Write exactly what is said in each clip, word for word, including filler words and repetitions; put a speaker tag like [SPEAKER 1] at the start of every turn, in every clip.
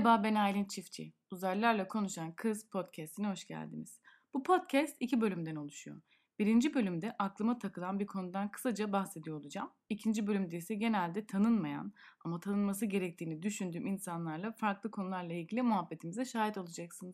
[SPEAKER 1] Merhaba, ben Aylin Çiftçi. Uzaylılarla Konuşan Kız podcast'ine hoş geldiniz. Bu podcast iki bölümden oluşuyor. Birinci bölümde aklıma takılan bir konudan kısaca bahsediyor olacağım. İkinci bölümde ise genelde tanınmayan ama tanınması gerektiğini düşündüğüm insanlarla farklı konularla ilgili muhabbetimize şahit olacaksınız.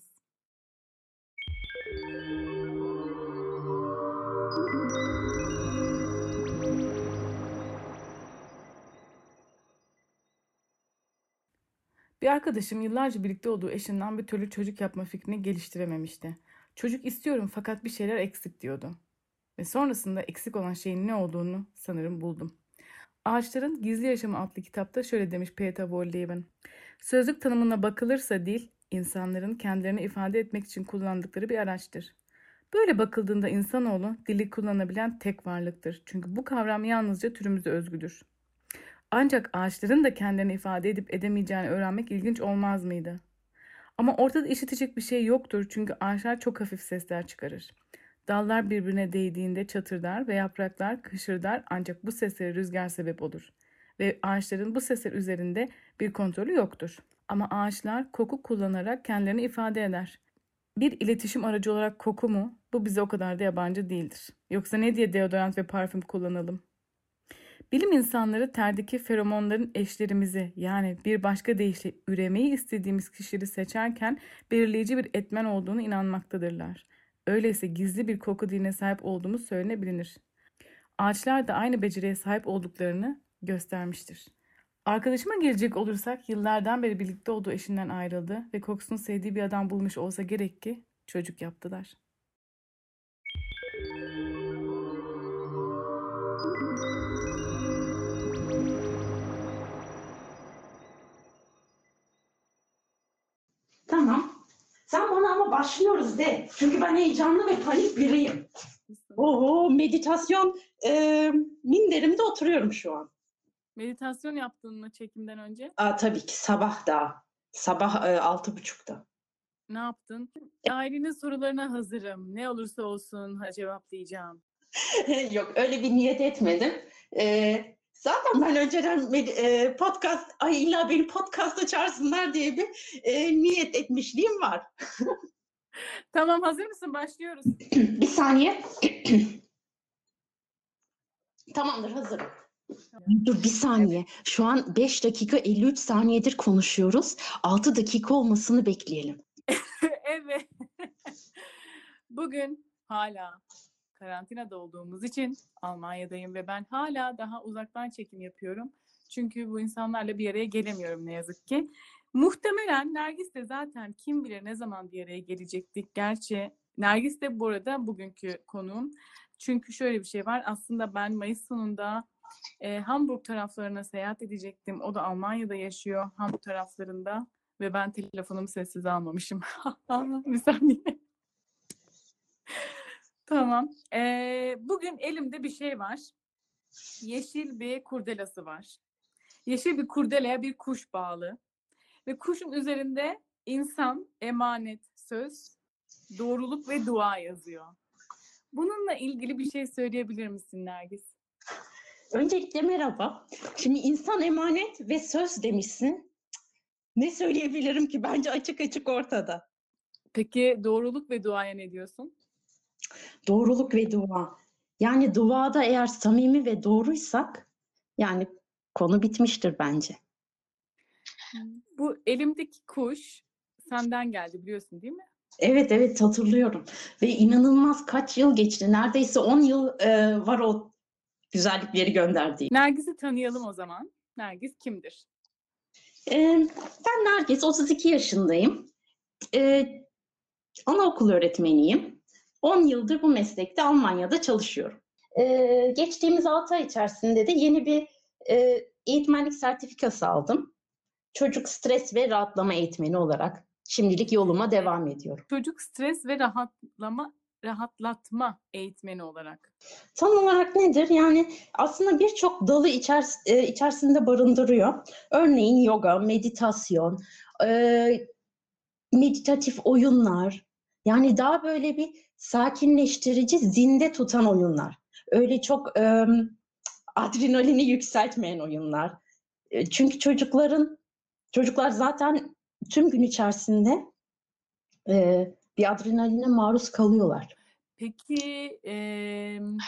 [SPEAKER 1] Bir arkadaşım yıllarca birlikte olduğu eşinden bir türlü çocuk yapma fikrini geliştirememişti. Çocuk istiyorum fakat bir şeyler eksik diyordu. Ve sonrasında eksik olan şeyin ne olduğunu sanırım buldum. Ağaçların Gizli Yaşamı adlı kitapta şöyle demiş Peter Wohlleben. Sözlük tanımına bakılırsa dil, insanların kendilerini ifade etmek için kullandıkları bir araçtır. Böyle bakıldığında insanoğlu dili kullanabilen tek varlıktır. Çünkü bu kavram yalnızca türümüze özgüdür. Ancak ağaçların da kendilerini ifade edip edemeyeceğini öğrenmek ilginç olmaz mıydı? Ama ortada işitecek bir şey yoktur çünkü ağaçlar çok hafif sesler çıkarır. Dallar birbirine değdiğinde çatırdar ve yapraklar kışırdar ancak bu seslere rüzgar sebep olur. Ve ağaçların bu sesler üzerinde bir kontrolü yoktur. Ama ağaçlar koku kullanarak kendilerini ifade eder. Bir iletişim aracı olarak koku mu? Bu bize o kadar da yabancı değildir. Yoksa ne diye deodorant ve parfüm kullanalım? Bilim insanları terdeki feromonların eşlerimizi yani bir başka deyişle üremeyi istediğimiz kişileri seçerken belirleyici bir etmen olduğunu inanmaktadırlar. Öyleyse gizli bir koku diline sahip olduğumuz söylenebilir. Ağaçlar da aynı beceriye sahip olduklarını göstermiştir. Arkadaşıma gelecek olursak yıllardan beri birlikte olduğu eşinden ayrıldı ve kokusunu sevdiği bir adam bulmuş olsa gerek ki çocuk yaptılar.
[SPEAKER 2] Tamam. Sen bana ama başlıyoruz de. Çünkü ben heyecanlı ve panik biriyim. Oho, meditasyon e, minderimde oturuyorum şu an.
[SPEAKER 1] Meditasyon yaptın mı çekimden önce?
[SPEAKER 2] Aa, tabii ki sabah daha. Sabah e, altı buçukta.
[SPEAKER 1] Ne yaptın? Ailenin sorularına hazırım. Ne olursa olsun cevaplayacağım.
[SPEAKER 2] Yok, öyle bir niyet etmedim. E, zaten ben önceden med- e, podcast, ay illa beni podcast'a çağırsınlar diye bir e, niyet etmişliğim var.
[SPEAKER 1] Tamam, hazır mısın? Başlıyoruz.
[SPEAKER 2] Bir saniye. Tamamdır, hazırım. Dur bir saniye. Şu an beş dakika elli üç saniyedir konuşuyoruz. altı dakika olmasını bekleyelim.
[SPEAKER 1] Evet. Bugün hala karantinada olduğumuz için Almanya'dayım ve ben hala daha uzaktan çekim yapıyorum. Çünkü bu insanlarla bir araya gelemiyorum ne yazık ki. Muhtemelen Nergis de zaten kim bilir ne zaman bir araya gelecektik. Gerçi Nergis de bu arada bugünkü konuğum. Çünkü şöyle bir şey var. Aslında ben Mayıs sonunda e, Hamburg taraflarına seyahat edecektim. O da Almanya'da yaşıyor, Hamburg taraflarında. Ve ben telefonumu sessiz almamışım. Bir saniye. Tamam. Ee, bugün elimde bir şey var. Yeşil bir kurdelası var. Yeşil bir kurdeleye bir kuş bağlı. Ve kuşun üzerinde insan, emanet, söz, doğruluk ve dua yazıyor. Bununla ilgili bir şey söyleyebilir misin Nergis?
[SPEAKER 2] Öncelikle merhaba. Şimdi insan, emanet ve söz demişsin. Ne söyleyebilirim ki? Bence açık açık ortada.
[SPEAKER 1] Peki doğruluk ve duaya ne diyorsun?
[SPEAKER 2] Doğruluk ve dua. Yani duada eğer samimi ve doğruysak yani konu bitmiştir bence.
[SPEAKER 1] Bu elimdeki kuş senden geldi biliyorsun değil mi?
[SPEAKER 2] Evet evet hatırlıyorum. Ve inanılmaz kaç yıl geçti. Neredeyse on yıl e, var o güzellikleri gönderdiği.
[SPEAKER 1] Nergis'i tanıyalım o zaman. Nergis kimdir?
[SPEAKER 2] E, ben Nergis, otuz iki yaşındayım. E, anaokulu öğretmeniyim. on yıldır bu meslekte Almanya'da çalışıyorum. Ee, geçtiğimiz altı ay içerisinde de yeni bir e, eğitmenlik sertifikası aldım. Çocuk stres ve rahatlama eğitmeni olarak şimdilik yoluma devam ediyorum.
[SPEAKER 1] Çocuk stres ve rahatlama rahatlatma eğitmeni olarak.
[SPEAKER 2] Tam olarak nedir? Yani aslında birçok dalı içer, e, içerisinde barındırıyor. Örneğin yoga, meditasyon, e, meditatif oyunlar. Yani daha böyle bir sakinleştirici, zinde tutan oyunlar. Öyle çok e, adrenalini yükseltmeyen oyunlar. E, çünkü çocukların, çocuklar zaten tüm gün içerisinde e, bir adrenaline maruz kalıyorlar.
[SPEAKER 1] Peki em,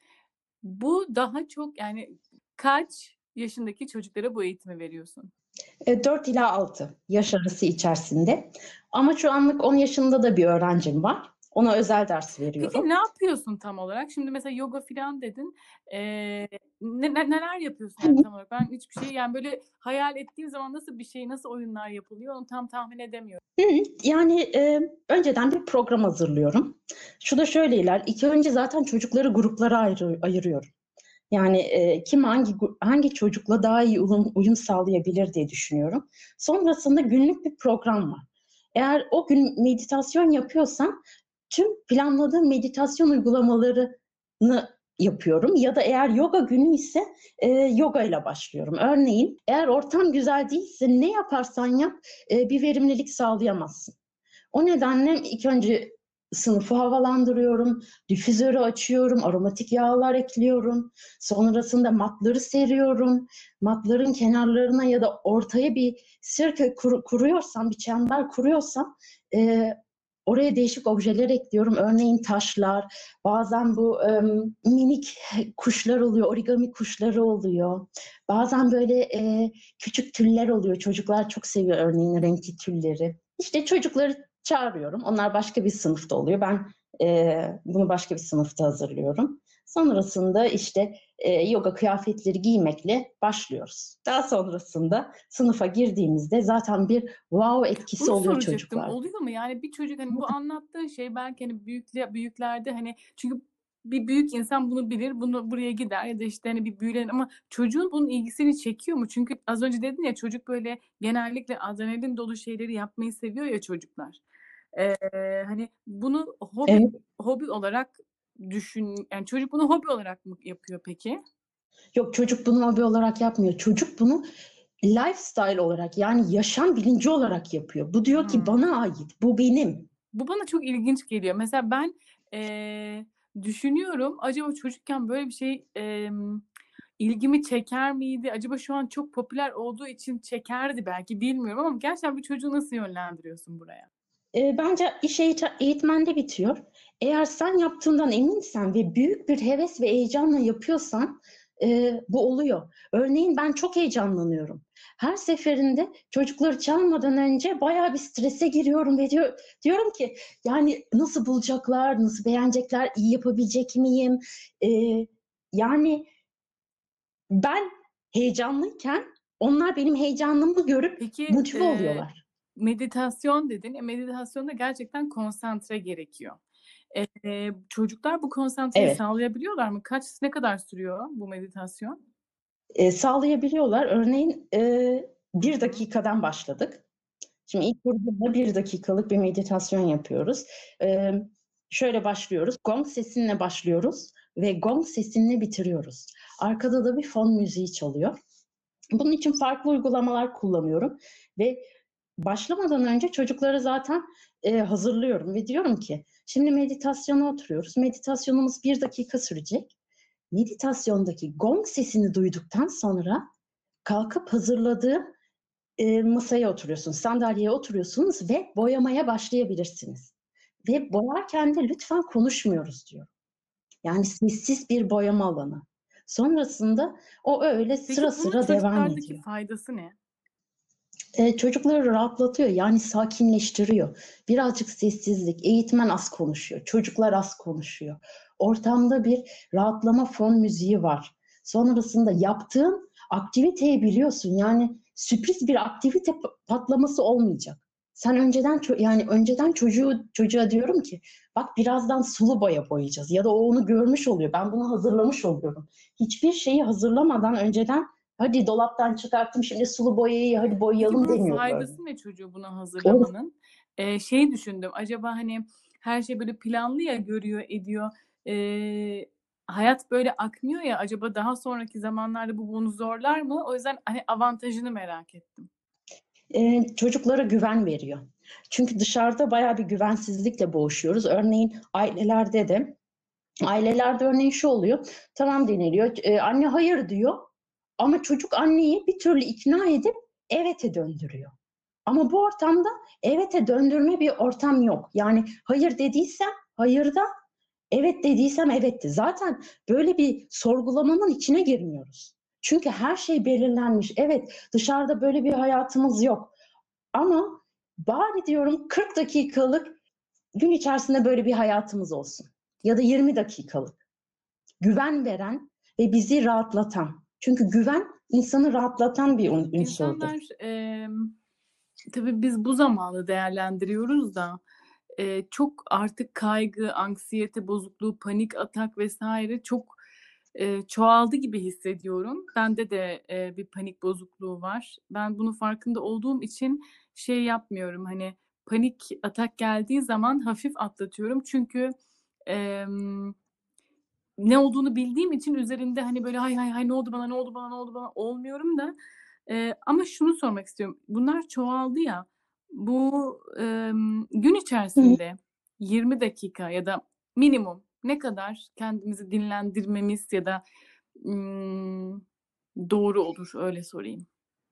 [SPEAKER 1] bu daha çok yani kaç yaşındaki çocuklara bu eğitimi veriyorsun?
[SPEAKER 2] E, dört ila altı yaş arası içerisinde. Ama şu anlık on yaşında da bir öğrencim var. Ona özel ders
[SPEAKER 1] Peki
[SPEAKER 2] veriyorum.
[SPEAKER 1] ne yapıyorsun tam olarak? Şimdi mesela yoga filan dedin. Ee, ne, ne- neler yapıyorsun yani tam olarak? Ben hiçbir şey yani böyle hayal ettiğim zaman nasıl bir şey, nasıl oyunlar yapılıyor onu tam tahmin edemiyorum.
[SPEAKER 2] Hı, yani e, önceden bir program hazırlıyorum. Şu da şöyle iler. İlk önce zaten çocukları gruplara ayrı, ayırıyorum. Yani e, kim hangi hangi çocukla daha iyi uyum, uyum sağlayabilir diye düşünüyorum. Sonrasında günlük bir program var. Eğer o gün meditasyon yapıyorsam tüm planladığım meditasyon uygulamalarını yapıyorum. Ya da eğer yoga günü ise e, yoga ile başlıyorum. Örneğin eğer ortam güzel değilse ne yaparsan yap e, bir verimlilik sağlayamazsın. O nedenle ilk önce sınıfı havalandırıyorum, difüzörü açıyorum, aromatik yağlar ekliyorum. Sonrasında matları seriyorum. Matların kenarlarına ya da ortaya bir sirke kur, kuruyorsam, bir çember kuruyorsam e, oraya değişik objeler ekliyorum. Örneğin taşlar, bazen bu e, minik kuşlar oluyor, origami kuşları oluyor. Bazen böyle e, küçük tüller oluyor. Çocuklar çok seviyor örneğin renkli tülleri. İşte çocukları çağırıyorum. Onlar başka bir sınıfta oluyor. Ben e, bunu başka bir sınıfta hazırlıyorum. Sonrasında işte e, yoga kıyafetleri giymekle başlıyoruz. Daha sonrasında sınıfa girdiğimizde zaten bir wow etkisi
[SPEAKER 1] Bunu
[SPEAKER 2] oluyor
[SPEAKER 1] soracaktım.
[SPEAKER 2] çocuklarda.
[SPEAKER 1] Oluyor mu? Yani bir çocuk hani bu anlattığın şey belki hani büyükle, büyüklerde hani çünkü bir büyük insan bunu bilir, bunu buraya gider ya da işte hani bir büyülen ama çocuğun bunun ilgisini çekiyor mu? Çünkü az önce dedin ya çocuk böyle genellikle adrenalin dolu şeyleri yapmayı seviyor ya çocuklar. Ee, hani bunu hobi
[SPEAKER 2] Evet.
[SPEAKER 1] hobi olarak düşün yani çocuk bunu hobi olarak mı yapıyor peki?
[SPEAKER 2] Yok, çocuk bunu hobi olarak yapmıyor. Çocuk bunu lifestyle olarak, yani yaşam bilinci olarak yapıyor. Bu diyor ki
[SPEAKER 1] Hmm.
[SPEAKER 2] bana ait, bu benim.
[SPEAKER 1] Bu bana çok ilginç geliyor. Mesela ben eee, düşünüyorum acaba çocukken böyle bir şey em, ilgimi çeker miydi? Acaba şu an çok popüler olduğu için çekerdi belki bilmiyorum ama gerçekten bir çocuğu nasıl yönlendiriyorsun buraya?
[SPEAKER 2] E, bence iş eğit- eğitmende bitiyor. Eğer sen yaptığından eminsen ve büyük bir heves ve heyecanla yapıyorsan e, bu oluyor. Örneğin ben çok heyecanlanıyorum. Her seferinde çocukları çalmadan önce bayağı bir strese giriyorum ve diyor, diyorum ki yani nasıl bulacaklar, nasıl beğenecekler, iyi yapabilecek miyim? E, yani ben heyecanlıyken onlar benim heyecanımı görüp
[SPEAKER 1] Peki
[SPEAKER 2] motive
[SPEAKER 1] eee,
[SPEAKER 2] oluyorlar.
[SPEAKER 1] meditasyon dedin. E, meditasyonda gerçekten konsantre gerekiyor. Eee, çocuklar bu konsantreyi
[SPEAKER 2] Evet.
[SPEAKER 1] sağlayabiliyorlar mı? Kaç ne kadar sürüyor bu meditasyon?
[SPEAKER 2] e, sağlayabiliyorlar. Örneğin e,
[SPEAKER 1] Hı
[SPEAKER 2] bir
[SPEAKER 1] hı.
[SPEAKER 2] dakikadan başladık. Şimdi ilk grubunda bir dakikalık bir meditasyon yapıyoruz. E, şöyle başlıyoruz. Gong sesinle başlıyoruz ve gong sesinle bitiriyoruz. Arkada da bir fon müziği çalıyor. Bunun için farklı uygulamalar kullanıyorum ve başlamadan önce çocukları zaten e, hazırlıyorum ve diyorum ki şimdi meditasyona oturuyoruz. Meditasyonumuz bir dakika sürecek. Meditasyondaki gong sesini duyduktan sonra kalkıp hazırladığı e, masaya oturuyorsunuz, sandalyeye oturuyorsunuz ve boyamaya başlayabilirsiniz. Ve boyarken de lütfen konuşmuyoruz diyor. Yani sessiz bir boyama alanı. Sonrasında o öyle sıra
[SPEAKER 1] Peki bunun
[SPEAKER 2] sıra devam
[SPEAKER 1] çocuklardaki
[SPEAKER 2] ediyor.
[SPEAKER 1] faydası ne?
[SPEAKER 2] E, çocukları rahatlatıyor, yani sakinleştiriyor. Birazcık sessizlik, eğitmen az konuşuyor, çocuklar az konuşuyor. Ortamda bir rahatlama fon müziği var. Sonrasında yaptığın aktiviteyi biliyorsun, yani sürpriz bir aktivite patlaması olmayacak. Sen önceden yani önceden çocuğu çocuğa diyorum ki bak birazdan sulu boya boyayacağız ya da o onu görmüş oluyor. Ben bunu hazırlamış oluyorum. Hiçbir şeyi hazırlamadan önceden hadi dolaptan çıkarttım şimdi sulu boyayı hadi
[SPEAKER 1] Peki
[SPEAKER 2] boyayalım
[SPEAKER 1] bunun
[SPEAKER 2] demiyorum öyle.
[SPEAKER 1] faydası ne çocuğu buna
[SPEAKER 2] O,
[SPEAKER 1] hazırlamanın? Ee, şey düşündüm. Acaba hani her şey böyle planlı ya görüyor, ediyor. Ee, hayat böyle akmıyor ya. Acaba daha sonraki zamanlarda bu bunu zorlar mı? O yüzden hani avantajını merak ettim.
[SPEAKER 2] e, çocuklara güven veriyor. Çünkü dışarıda bayağı bir güvensizlikle boğuşuyoruz. Örneğin ailelerde de ailelerde örneğin şu oluyor. Tamam deniliyor. E, anne hayır diyor. Ama çocuk anneyi bir türlü ikna edip evete döndürüyor. Ama bu ortamda evete döndürme bir ortam yok. Yani hayır dediysem hayırda, evet dediysem evetti. Zaten böyle bir sorgulamanın içine girmiyoruz. Çünkü her şey belirlenmiş. Evet, dışarıda böyle bir hayatımız yok. Ama bari diyorum kırk dakikalık gün içerisinde böyle bir hayatımız olsun. Ya da yirmi dakikalık. Güven veren ve bizi rahatlatan. Çünkü güven insanı rahatlatan bir un- unsurdur.
[SPEAKER 1] İnsanlar e, tabii biz bu zamanı değerlendiriyoruz da e, çok artık kaygı, anksiyete bozukluğu, panik atak vesaire çok e, çoğaldı gibi hissediyorum. Bende de e, bir panik bozukluğu var. Ben bunun farkında olduğum için şey yapmıyorum, hani panik atak geldiği zaman hafif atlatıyorum. Çünkü e, ne olduğunu bildiğim için üzerinde hani böyle hay hay hay ne oldu bana ne oldu bana ne oldu bana olmuyorum da. Ee, ama şunu sormak istiyorum. Bunlar çoğaldı ya. Bu e, gün içerisinde yirmi dakika ya da minimum ne kadar kendimizi dinlendirmemiz ya da hmm, doğru olur, öyle sorayım.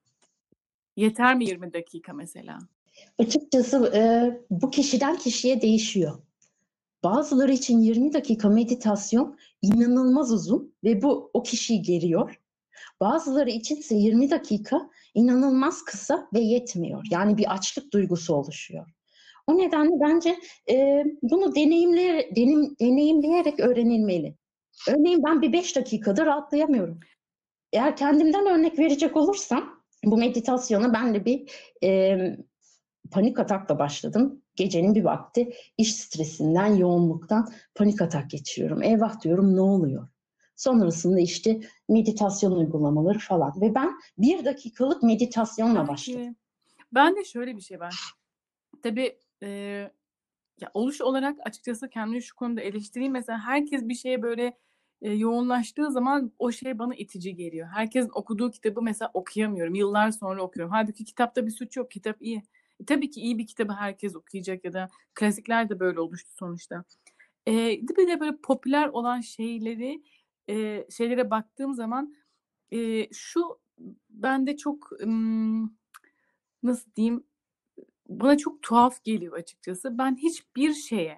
[SPEAKER 1] Yeter mi yirmi dakika mesela?
[SPEAKER 2] Açıkçası e, bu kişiden kişiye değişiyor. Bazıları için yirmi dakika meditasyon inanılmaz uzun ve bu o kişiyi geriyor. Bazıları içinse yirmi dakika inanılmaz kısa ve yetmiyor. Yani bir açlık duygusu oluşuyor. O nedenle bence e, bunu deneyimleyerek, denim, deneyimleyerek öğrenilmeli. Örneğin ben bir beş dakikada rahatlayamıyorum. Eğer kendimden örnek verecek olursam bu meditasyona ben de bir e, panik atakla başladım. Gecenin bir vakti iş stresinden, yoğunluktan panik atak geçiriyorum. Eyvah diyorum, ne oluyor? Sonrasında işte meditasyon uygulamaları falan ve ben bir dakikalık meditasyonla başladım.
[SPEAKER 1] Belki ben de şöyle bir şey var. Tabii e, ya oluş olarak açıkçası kendimi şu konuda eleştireyim. Mesela herkes bir şeye böyle e, yoğunlaştığı zaman o şey bana itici geliyor. Herkesin okuduğu kitabı mesela okuyamıyorum. Yıllar sonra okuyorum. Halbuki kitapta bir suç yok. Kitap iyi. E, tabii ki iyi bir kitabı herkes okuyacak ya da klasikler de böyle oluştu sonuçta. E, bir de böyle popüler olan şeyleri e, şeylere baktığım zaman e, şu bende çok ım, nasıl diyeyim, bana çok tuhaf geliyor açıkçası. Ben hiçbir şeye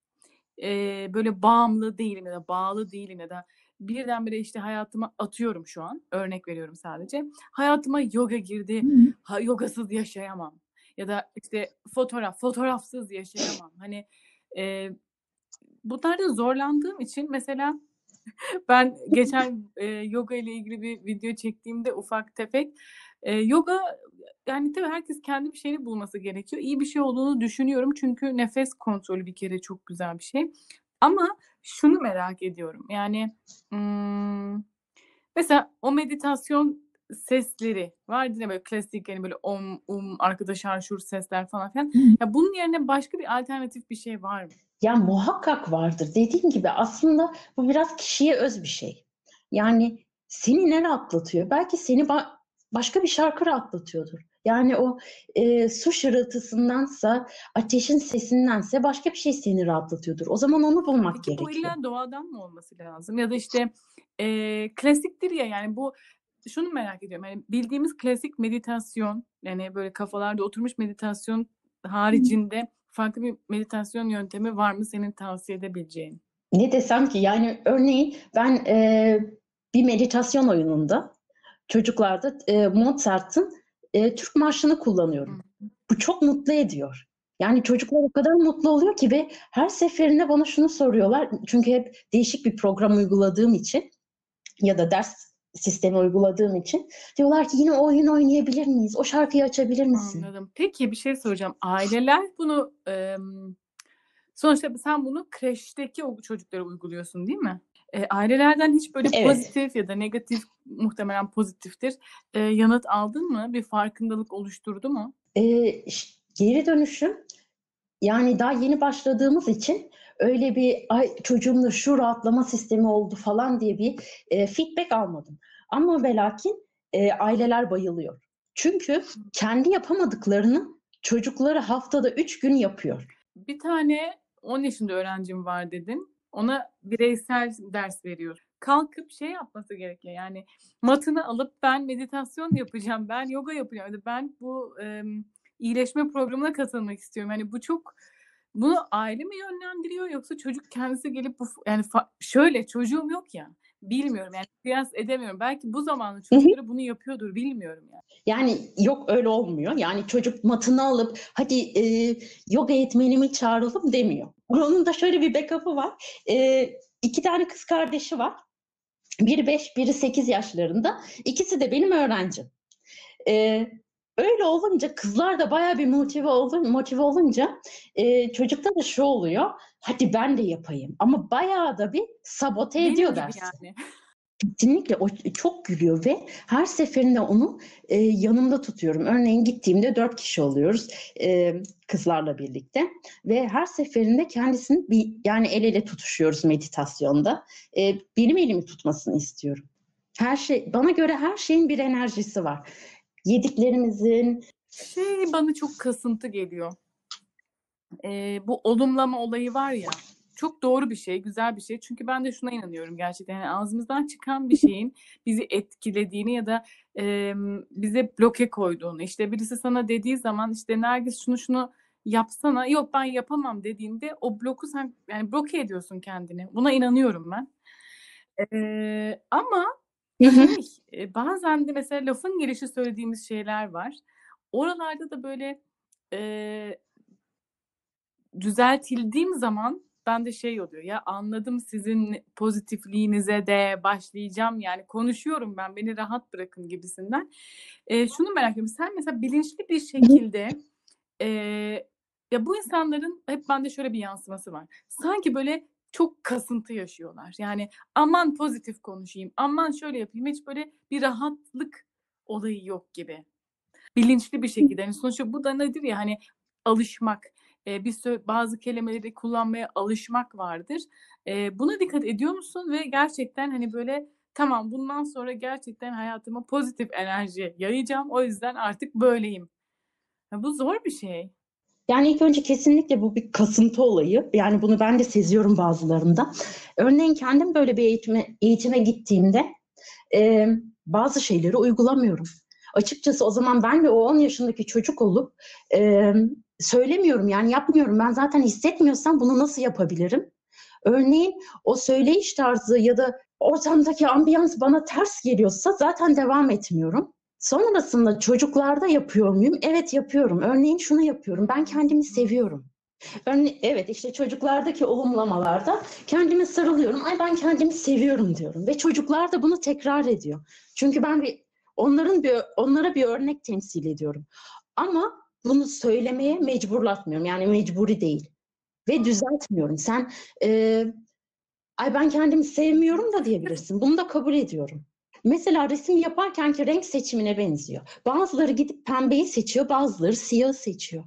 [SPEAKER 1] e, böyle bağımlı değilim ya da bağlı değilim ya da birdenbire işte hayatıma atıyorum şu an. Örnek veriyorum sadece. Hayatıma yoga girdi. Ha, yogasız yaşayamam. Ya da işte fotoğraf, fotoğrafsız yaşayamam. Hani e, bunlarda zorlandığım için mesela ben geçen e, yoga ile ilgili bir video çektiğimde ufak tefek e, yoga, yani tabii herkes kendi bir şeyini bulması gerekiyor. İyi bir şey olduğunu düşünüyorum çünkü nefes kontrolü bir kere çok güzel bir şey. Ama şunu merak ediyorum. Yani hmm, mesela o meditasyon sesleri vardı ya, böyle klasik, yani böyle om, um, arkada şarşur sesler falan filan. Ya bunun yerine başka bir alternatif bir şey var mı?
[SPEAKER 2] Ya muhakkak vardır. Dediğim gibi aslında bu biraz kişiye öz bir şey. Yani seni ne rahatlatıyor? Belki seni ba- başka bir şarkı rahatlatıyordur. Yani o e, su şırıltısındansa, ateşin sesindense başka bir şey seni rahatlatıyordur. O zaman onu bulmak
[SPEAKER 1] Peki bu
[SPEAKER 2] gerekiyor.
[SPEAKER 1] illa doğadan mı olması lazım? Ya da işte e, klasiktir ya, yani bu, şunu merak ediyorum. Yani bildiğimiz klasik meditasyon, yani böyle kafalarda oturmuş meditasyon haricinde farklı bir meditasyon yöntemi var mı senin tavsiye edebileceğin?
[SPEAKER 2] Ne desem ki, yani örneğin ben e, bir meditasyon oyununda çocuklarda e, Mozart'ın e, Türk Marşı'nı kullanıyorum.
[SPEAKER 1] Hı.
[SPEAKER 2] Bu çok mutlu ediyor. Yani çocuklar o kadar mutlu oluyor ki ve her seferinde bana şunu soruyorlar. Çünkü hep değişik bir program uyguladığım için ya da ders sistemi uyguladığım için diyorlar ki, yine o oyun oynayabilir miyiz? O şarkıyı açabilir misin?
[SPEAKER 1] Anladım. Peki bir şey soracağım. Aileler bunu e, sonuçta sen bunu kreşteki o çocuklara uyguluyorsun değil mi? E, ailelerden hiç böyle
[SPEAKER 2] Evet.
[SPEAKER 1] pozitif ya da negatif, muhtemelen pozitiftir, e, yanıt aldın mı? Bir farkındalık oluşturdu mu?
[SPEAKER 2] E, Geri dönüşüm, yani daha yeni başladığımız için öyle bir ay çocuğumda şu rahatlama sistemi oldu falan diye bir e, feedback almadım. Ama ve lakin e, aileler bayılıyor. Çünkü kendi yapamadıklarını çocukları haftada üç gün yapıyor.
[SPEAKER 1] Bir tane on yaşında öğrencim var dedin. Ona bireysel ders veriyor. Kalkıp şey yapması gerekiyor. Yani matını alıp ben meditasyon yapacağım, ben yoga yapacağım. Ben bu e, iyileşme programına katılmak istiyorum. Hani bu çok bunu aile mi yönlendiriyor yoksa çocuk kendisi gelip bu yani fa şöyle çocuğum yok ya, bilmiyorum yani kıyas edemiyorum. Belki bu zamanın
[SPEAKER 2] Hı hı.
[SPEAKER 1] çocukları bunu yapıyordur, bilmiyorum yani.
[SPEAKER 2] Yani yok öyle olmuyor. Yani çocuk matını alıp hadi e, yoga eğitmenimi çağıralım demiyor. Onun da şöyle bir backup'ı var. E, iki tane kız kardeşi var. Biri beş, biri sekiz yaşlarında. İkisi de benim öğrencim. Ee, öyle olunca kızlar da bayağı bir motive, olun, motive olunca e, çocukta da şu oluyor. Hadi ben de yapayım. Ama bayağı da bir sabote
[SPEAKER 1] Benim
[SPEAKER 2] ediyor
[SPEAKER 1] gibi
[SPEAKER 2] dersi.
[SPEAKER 1] yani.
[SPEAKER 2] Kesinlikle o çok gülüyor ve her seferinde onu e, yanımda tutuyorum. Örneğin gittiğimde dört kişi oluyoruz e, kızlarla birlikte ve her seferinde kendisini bir yani el ele tutuşuyoruz meditasyonda. E, benim elimi tutmasını istiyorum. Her şey bana göre her şeyin bir enerjisi var. Yediklerimizin.
[SPEAKER 1] Şey bana çok kasıntı geliyor. Ee, bu olumlama olayı var ya, çok doğru bir şey, güzel bir şey. Çünkü ben de şuna inanıyorum gerçekten. Yani ağzımızdan çıkan bir şeyin bizi etkilediğini ya da e, bize bloke koyduğunu. İşte birisi sana dediği zaman işte Nergis şunu şunu yapsana, yok ben yapamam dediğinde o bloku sen yani bloke ediyorsun kendini. Buna inanıyorum ben. Ee, ama
[SPEAKER 2] Hı hı.
[SPEAKER 1] şey e, bazen de mesela lafın gelişi söylediğimiz şeyler var. Oralarda da böyle e, düzeltildiğim zaman ben de şey oluyor ya, anladım sizin pozitifliğinize de başlayacağım yani konuşuyorum ben, beni rahat bırakın gibisinden. E, şunu merak ediyorum, sen mesela bilinçli bir şekilde e, ya bu insanların hep bende şöyle bir yansıması var. Sanki böyle çok kasıntı yaşıyorlar. Yani aman pozitif konuşayım, aman şöyle yapayım, hiç böyle bir rahatlık olayı yok gibi. Bilinçli bir şekilde. Yani sonuçta bu da nedir ya, hani alışmak. E, bir sö- bazı kelimeleri kullanmaya alışmak vardır. E, buna dikkat ediyor musun ve gerçekten hani böyle tamam bundan sonra gerçekten hayatıma pozitif enerji yayacağım. O yüzden artık böyleyim. Ya bu zor bir şey.
[SPEAKER 2] Yani ilk önce kesinlikle bu bir kasıntı olayı. Yani bunu ben de seziyorum bazılarında. Örneğin kendim böyle bir eğitime, eğitime gittiğimde e, bazı şeyleri uygulamıyorum. Açıkçası o zaman ben de o on yaşındaki çocuk olup e, söylemiyorum yani yapmıyorum. Ben zaten hissetmiyorsam bunu nasıl yapabilirim? Örneğin o söyleyiş tarzı ya da ortamdaki ambiyans bana ters geliyorsa zaten devam etmiyorum. Sonrasında çocuklarda yapıyor muyum? Evet yapıyorum. Örneğin şunu yapıyorum. Ben kendimi seviyorum. Örne evet işte çocuklardaki olumlamalarda kendime sarılıyorum. Ay ben kendimi seviyorum diyorum ve çocuklar da bunu tekrar ediyor. Çünkü ben bir onların bir onlara bir örnek temsil ediyorum. Ama bunu söylemeye mecburlatmıyorum. Yani mecburi değil ve düzeltmiyorum. Sen e, ay ben kendimi sevmiyorum da diyebilirsin. Bunu da kabul ediyorum. Mesela resim yaparkenki renk seçimine benziyor. Bazıları gidip pembeyi seçiyor, bazıları siyahı seçiyor.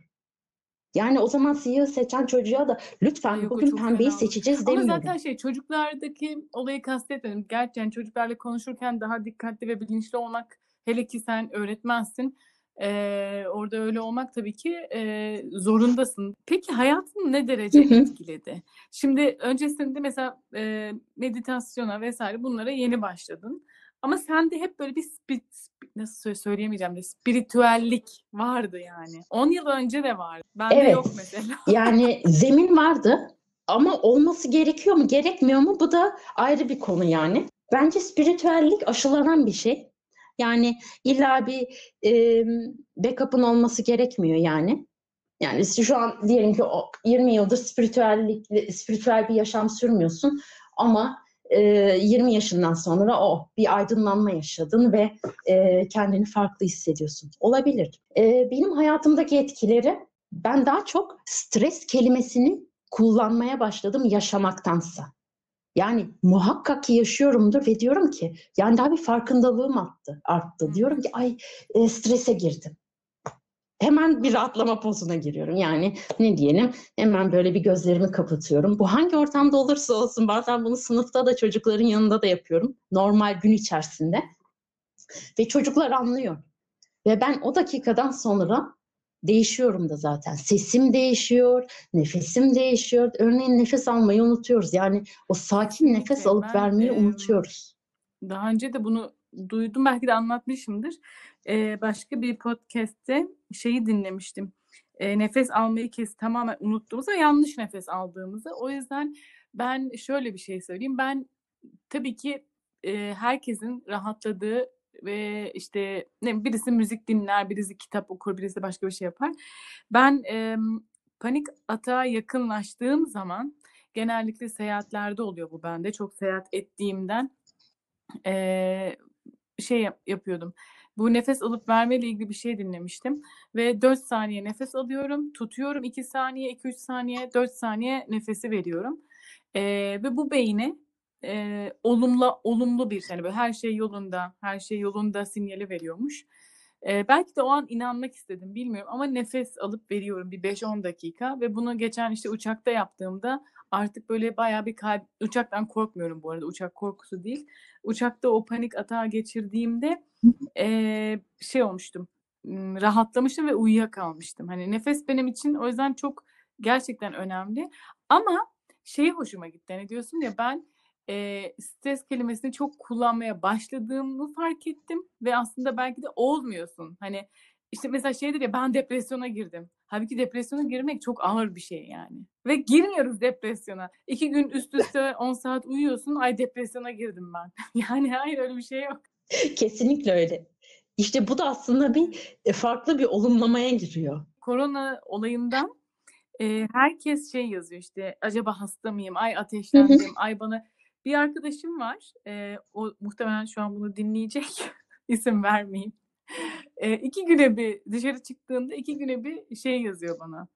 [SPEAKER 2] Yani o zaman siyahı seçen çocuğa da
[SPEAKER 1] Ay
[SPEAKER 2] lütfen
[SPEAKER 1] yok, o
[SPEAKER 2] bugün
[SPEAKER 1] çok
[SPEAKER 2] pembeyi
[SPEAKER 1] fena olur.
[SPEAKER 2] seçeceğiz
[SPEAKER 1] Ama zaten
[SPEAKER 2] demiyorum.
[SPEAKER 1] şey, çocuklardaki olayı kastetmedim. Gerçekten çocuklarla konuşurken daha dikkatli ve bilinçli olmak, hele ki sen öğretmensin. Ee, orada öyle olmak tabii ki e, zorundasın. Peki hayatını ne
[SPEAKER 2] Hı
[SPEAKER 1] derece
[SPEAKER 2] hı.
[SPEAKER 1] etkiledi? Şimdi öncesinde mesela e, meditasyona vesaire bunlara yeni başladın. Ama sende hep böyle bir spi- spi- nasıl sö- söyleyemeyeceğim de spiritüellik vardı yani. on yıl önce de vardı. Bende
[SPEAKER 2] Evet,
[SPEAKER 1] yok mesela.
[SPEAKER 2] yani zemin vardı ama olması gerekiyor mu, gerekmiyor mu? Bu da ayrı bir konu yani. Bence spiritüellik aşılanan bir şey. Yani illa bir e, backup'ın olması gerekmiyor yani. Yani şu an diyelim ki o yirmi yıldır spiritüellik, spiritüel bir yaşam sürmüyorsun ama e, yirmi yaşından sonra o bir aydınlanma yaşadın ve e, kendini farklı hissediyorsun. Olabilir. E, benim hayatımdaki etkileri ben daha çok stres kelimesini kullanmaya başladım yaşamaktansa. Yani muhakkak ki yaşıyorumdur ve diyorum ki yani daha bir farkındalığım arttı, arttı. Diyorum ki ay e, strese girdim. Hemen bir rahatlama pozuna giriyorum. Yani ne diyelim hemen böyle bir gözlerimi kapatıyorum. Bu hangi ortamda olursa olsun bazen bunu sınıfta da çocukların yanında da yapıyorum. Normal gün içerisinde. Ve çocuklar anlıyor. Ve ben o dakikadan sonra değişiyorum da zaten. Sesim değişiyor, nefesim değişiyor. Örneğin nefes almayı unutuyoruz. Yani o sakin nefes
[SPEAKER 1] Kesinlikle.
[SPEAKER 2] alıp
[SPEAKER 1] Ben
[SPEAKER 2] vermeyi
[SPEAKER 1] e,
[SPEAKER 2] unutuyoruz.
[SPEAKER 1] daha önce de bunu duydum, belki de anlatmışımdır. Ee, başka bir podcast'te şeyi dinlemiştim. Ee, nefes almayı kes tamamen unuttuğumuzu ve yanlış nefes aldığımızı. O yüzden ben şöyle bir şey söyleyeyim. Ben tabii ki e, herkesin rahatladığı ve işte ne birisi müzik dinler, birisi kitap okur, birisi başka bir şey yapar. Ben e, panik atağa yakınlaştığım zaman genellikle seyahatlerde oluyor bu bende. Çok seyahat ettiğimden e, şey yap- yapıyordum. Bu nefes alıp vermeyle ilgili bir şey dinlemiştim. Ve dört saniye nefes alıyorum, tutuyorum iki saniye, iki üç saniye, dört saniye nefesi veriyorum. Ee, ve bu beyni e, olumlu, olumlu bir, hani böyle her şey yolunda, her şey yolunda sinyali veriyormuş. Ee, belki de o an inanmak istedim, bilmiyorum, ama nefes alıp veriyorum bir beş on dakika ve bunu geçen işte uçakta yaptığımda artık böyle bayağı bir kalp, uçaktan korkmuyorum bu arada, uçak korkusu değil. Uçakta o panik atağı geçirdiğimde eee, şey olmuştum, ım, rahatlamıştım ve uyuyakalmıştım. Hani nefes benim için o yüzden çok gerçekten önemli. Ama şey hoşuma gitti. Hani diyorsun ya, ben eee, stres kelimesini çok kullanmaya başladığımı fark ettim ve aslında belki de olmuyorsun. Hani işte mesela şeydir ya, ben depresyona girdim. Halbuki depresyona girmek çok ağır bir şey yani. Ve girmiyoruz depresyona. İki gün üst üste on saat uyuyorsun. Ay, depresyona girdim ben. Yani hayır, öyle bir şey yok.
[SPEAKER 2] Kesinlikle öyle. İşte bu da aslında bir e, farklı bir olumlamaya giriyor.
[SPEAKER 1] Korona olayından e, herkes şey yazıyor işte, acaba hasta mıyım? Ay,
[SPEAKER 2] Hı hı.
[SPEAKER 1] ateşlendim. Ay, bana bir arkadaşım var. E, o muhtemelen şu an bunu dinleyecek. İsim vermeyeyim. E, iki güne bir dışarı çıktığında iki güne bir şey yazıyor bana.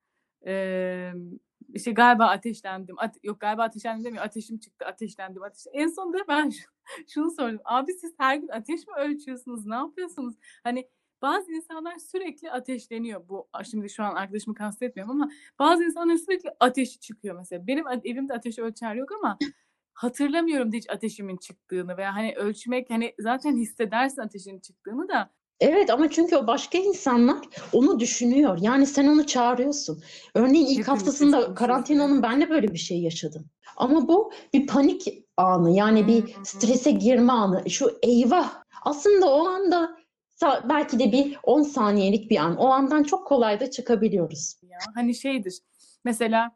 [SPEAKER 1] E, işte galiba ateşlendim. Ate- yok, galiba ateşlendim demiyor. Ateşim çıktı. Ateşlendim. Ateş. En sonunda ben şu- şunu sordum. Abi, siz her gün ateş mi ölçüyorsunuz? Ne yapıyorsunuz? Hani bazı insanlar sürekli ateşleniyor. Bu şimdi şu an arkadaşımı kastetmiyorum ama bazı insanların sürekli ateşi çıkıyor mesela. Benim evimde ateş ölçer yok ama hatırlamıyorum da hiç ateşimin çıktığını veya hani ölçmek, hani zaten hissedersin ateşin çıktığını da.
[SPEAKER 2] Evet, ama çünkü o başka insanlar onu düşünüyor. Yani sen onu çağırıyorsun. Örneğin ilk
[SPEAKER 1] Hepimiz
[SPEAKER 2] haftasında
[SPEAKER 1] yaşamışızdır,
[SPEAKER 2] karantinanın
[SPEAKER 1] evet.
[SPEAKER 2] ben de böyle bir şey yaşadım. Ama bu bir panik anı, yani bir
[SPEAKER 1] Hmm.
[SPEAKER 2] strese girme anı. Şu eyvah. Aslında o anda sa- belki de bir on saniyelik bir an. O andan çok kolay da çıkabiliyoruz.
[SPEAKER 1] Ya hani şeydir mesela,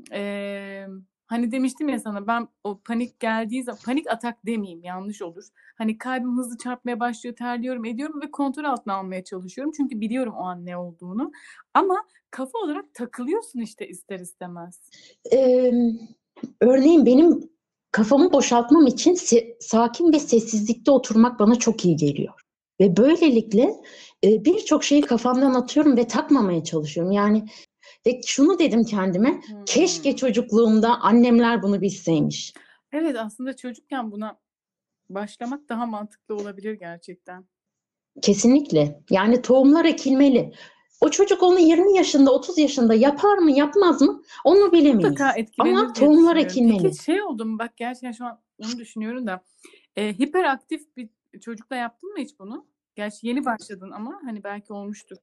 [SPEAKER 1] eee, hani demiştim ya sana, ben o panik geldiği zaman, panik atak demeyeyim, yanlış olur. Hani kalbim hızlı çarpmaya başlıyor, terliyorum, ediyorum ve kontrol altına almaya çalışıyorum. Çünkü biliyorum o an ne olduğunu. Ama kafa olarak takılıyorsun işte, ister istemez.
[SPEAKER 2] Ee, Örneğin benim kafamı boşaltmam için se- sakin ve sessizlikte oturmak bana çok iyi geliyor. Ve böylelikle e, birçok şeyi kafamdan atıyorum ve takmamaya çalışıyorum. Yani ve şunu dedim kendime, keşke
[SPEAKER 1] Hmm.
[SPEAKER 2] çocukluğumda annemler bunu bilseymiş.
[SPEAKER 1] Evet, aslında çocukken buna başlamak daha mantıklı olabilir gerçekten.
[SPEAKER 2] Kesinlikle. Yani tohumlar ekilmeli. O çocuk onu yirmi yaşında, otuz yaşında yapar mı, yapmaz mı? Onu
[SPEAKER 1] Mutlaka
[SPEAKER 2] bilemeyiz. Ama
[SPEAKER 1] etkilenir diye
[SPEAKER 2] tohumlar
[SPEAKER 1] düşünüyorum. Peki
[SPEAKER 2] ekilmeli.
[SPEAKER 1] şey oldu mu? Bak, gerçekten şu an onu düşünüyorum da. E, hiperaktif bir çocukla yaptın mı hiç bunu? Gerçi yeni başladın ama hani belki olmuştur.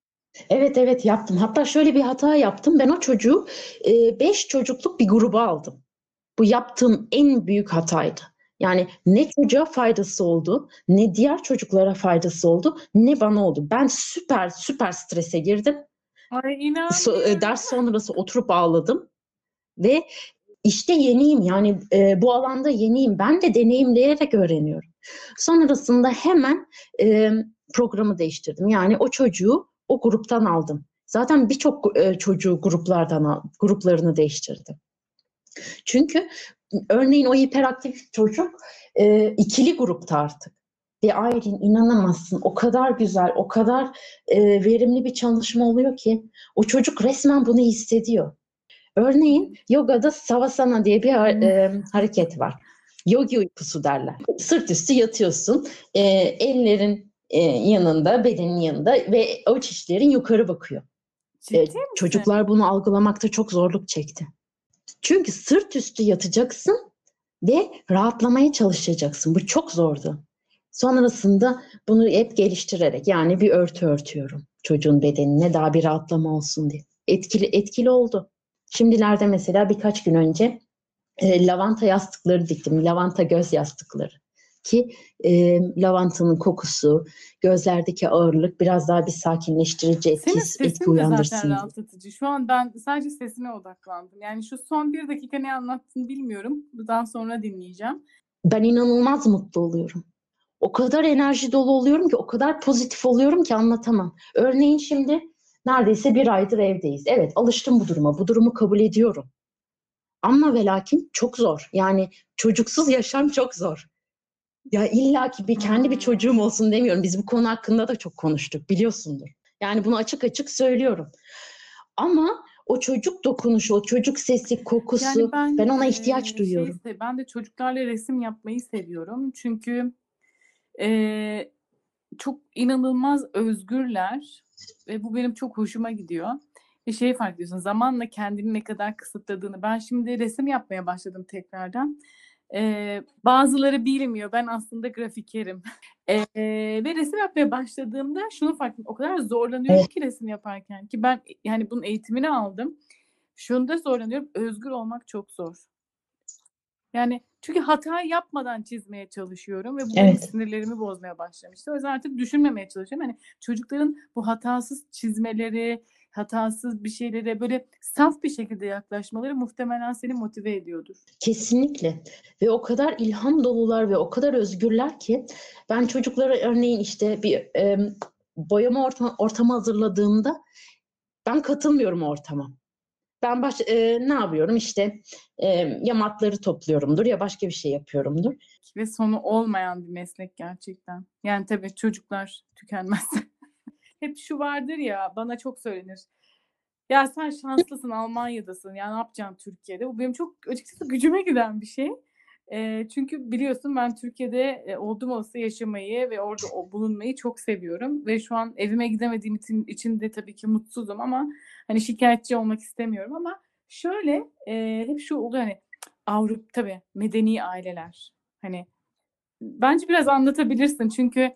[SPEAKER 2] Evet, evet, yaptım. Hatta şöyle bir hata yaptım. Ben o çocuğu e, beş çocukluk bir gruba aldım. Bu yaptığım en büyük hataydı. Yani ne çocuğa faydası oldu, ne diğer çocuklara faydası oldu, ne bana oldu. Ben süper süper strese girdim.
[SPEAKER 1] Ay,
[SPEAKER 2] So- e,
[SPEAKER 1] inanmıyorum.
[SPEAKER 2] ders sonrası oturup ağladım ve işte yeniyim, yani e, bu alanda yeniyim. Ben de deneyimleyerek öğreniyorum. Sonrasında hemen e, programı değiştirdim. Yani o çocuğu o gruptan aldım. Zaten birçok e, çocuğu gruplardan al, gruplarını değiştirdim. Çünkü örneğin o hiperaktif çocuk e, ikili grupta artık. Ve Aylin, inanamazsın, o kadar güzel, o kadar e, verimli bir çalışma oluyor ki o çocuk resmen bunu hissediyor. Örneğin yogada savasana diye bir e, hareket var. Yogi uykusu derler. Sırt üstü yatıyorsun, e, ellerin e, yanında, bedenin yanında ve avuç içlerin yukarı bakıyor. E,
[SPEAKER 1] Ciddi misin?
[SPEAKER 2] çocuklar bunu algılamakta çok zorluk çekti. Çünkü sırt üstü yatacaksın ve rahatlamaya çalışacaksın. Bu çok zordu. Sonrasında bunu hep geliştirerek, yani bir örtü örtüyorum çocuğun bedenine, daha bir rahatlama olsun diye. Etkili etkili oldu. Şimdilerde mesela birkaç gün önce e, lavanta yastıkları diktim. Lavanta göz yastıkları. ki e, lavantanın kokusu, gözlerdeki ağırlık biraz daha bir sakinleştirici etki,
[SPEAKER 1] Senin
[SPEAKER 2] etki
[SPEAKER 1] sesin de zaten
[SPEAKER 2] uyandırsın diye.
[SPEAKER 1] rahatlatıcı. Şu an ben sadece sesine odaklandım. Yani şu son bir dakika ne anlattığını bilmiyorum. Bundan sonra dinleyeceğim.
[SPEAKER 2] Ben inanılmaz mutlu oluyorum. O kadar enerji dolu oluyorum ki, o kadar pozitif oluyorum ki anlatamam. Örneğin şimdi neredeyse bir aydır evdeyiz. Evet, alıştım bu duruma, bu durumu kabul ediyorum. Ama ve lakin çok zor. Yani çocuksuz yaşam çok zor. Ya illa ki bir kendi bir çocuğum
[SPEAKER 1] Hmm.
[SPEAKER 2] olsun demiyorum. Biz bu konu hakkında da çok konuştuk, biliyorsundur. Yani bunu açık açık söylüyorum. Ama o çocuk dokunuşu, o çocuk sesi, kokusu,
[SPEAKER 1] Yani ben
[SPEAKER 2] ben ona ihtiyaç
[SPEAKER 1] eee
[SPEAKER 2] duyuyorum.
[SPEAKER 1] şeyse ben de çocuklarla resim yapmayı seviyorum. Çünkü eee, çok inanılmaz özgürler ve bu benim çok hoşuma gidiyor. Bir şey fark ediyorsun. Zamanla kendini ne kadar kısıtladığını. Ben şimdi resim yapmaya başladım tekrardan. Eee, bazıları bilmiyor. Ben aslında grafikerim. Eee, ve resim yapmaya başladığımda şunu fark ettim. O kadar zorlanıyorum
[SPEAKER 2] Evet,
[SPEAKER 1] ki resim yaparken ki ben yani bunun eğitimini aldım. Şunda zorlanıyorum. Özgür olmak çok zor. Yani çünkü hata yapmadan çizmeye çalışıyorum ve bu benim
[SPEAKER 2] evet.
[SPEAKER 1] sinirlerimi bozmaya başlamıştı. O yüzden artık düşünmemeye çalışıyorum. Hani çocukların bu hatasız çizmeleri, hatasız bir şeylere böyle saf bir şekilde yaklaşmaları muhtemelen seni motive ediyordur.
[SPEAKER 2] Kesinlikle. Ve o kadar ilham dolular ve o kadar özgürler ki ben çocuklara örneğin işte bir e, boyama orta, ortamı hazırladığımda ben katılmıyorum o ortama. Ben baş, e, ne yapıyorum işte e, ya matları topluyorumdur ya başka bir şey yapıyorumdur.
[SPEAKER 1] Ve sonu olmayan bir meslek gerçekten. Yani tabii çocuklar tükenmez. Hep şu vardır ya, bana çok söylenir. Ya sen şanslısın, Almanya'dasın. Ya ne yapacaksın Türkiye'de? Bu benim çok açıkçası gücüme giden bir şey. Eee, çünkü biliyorsun ben Türkiye'de e, oldum olsa yaşamayı ve orada o, bulunmayı çok seviyorum. Ve şu an evime gidemediğim için, için de tabii ki mutsuzum ama hani şikayetçi olmak istemiyorum ama şöyle e, hep şu oluyor hani Avrupa tabii medeni aileler. Hani bence biraz anlatabilirsin çünkü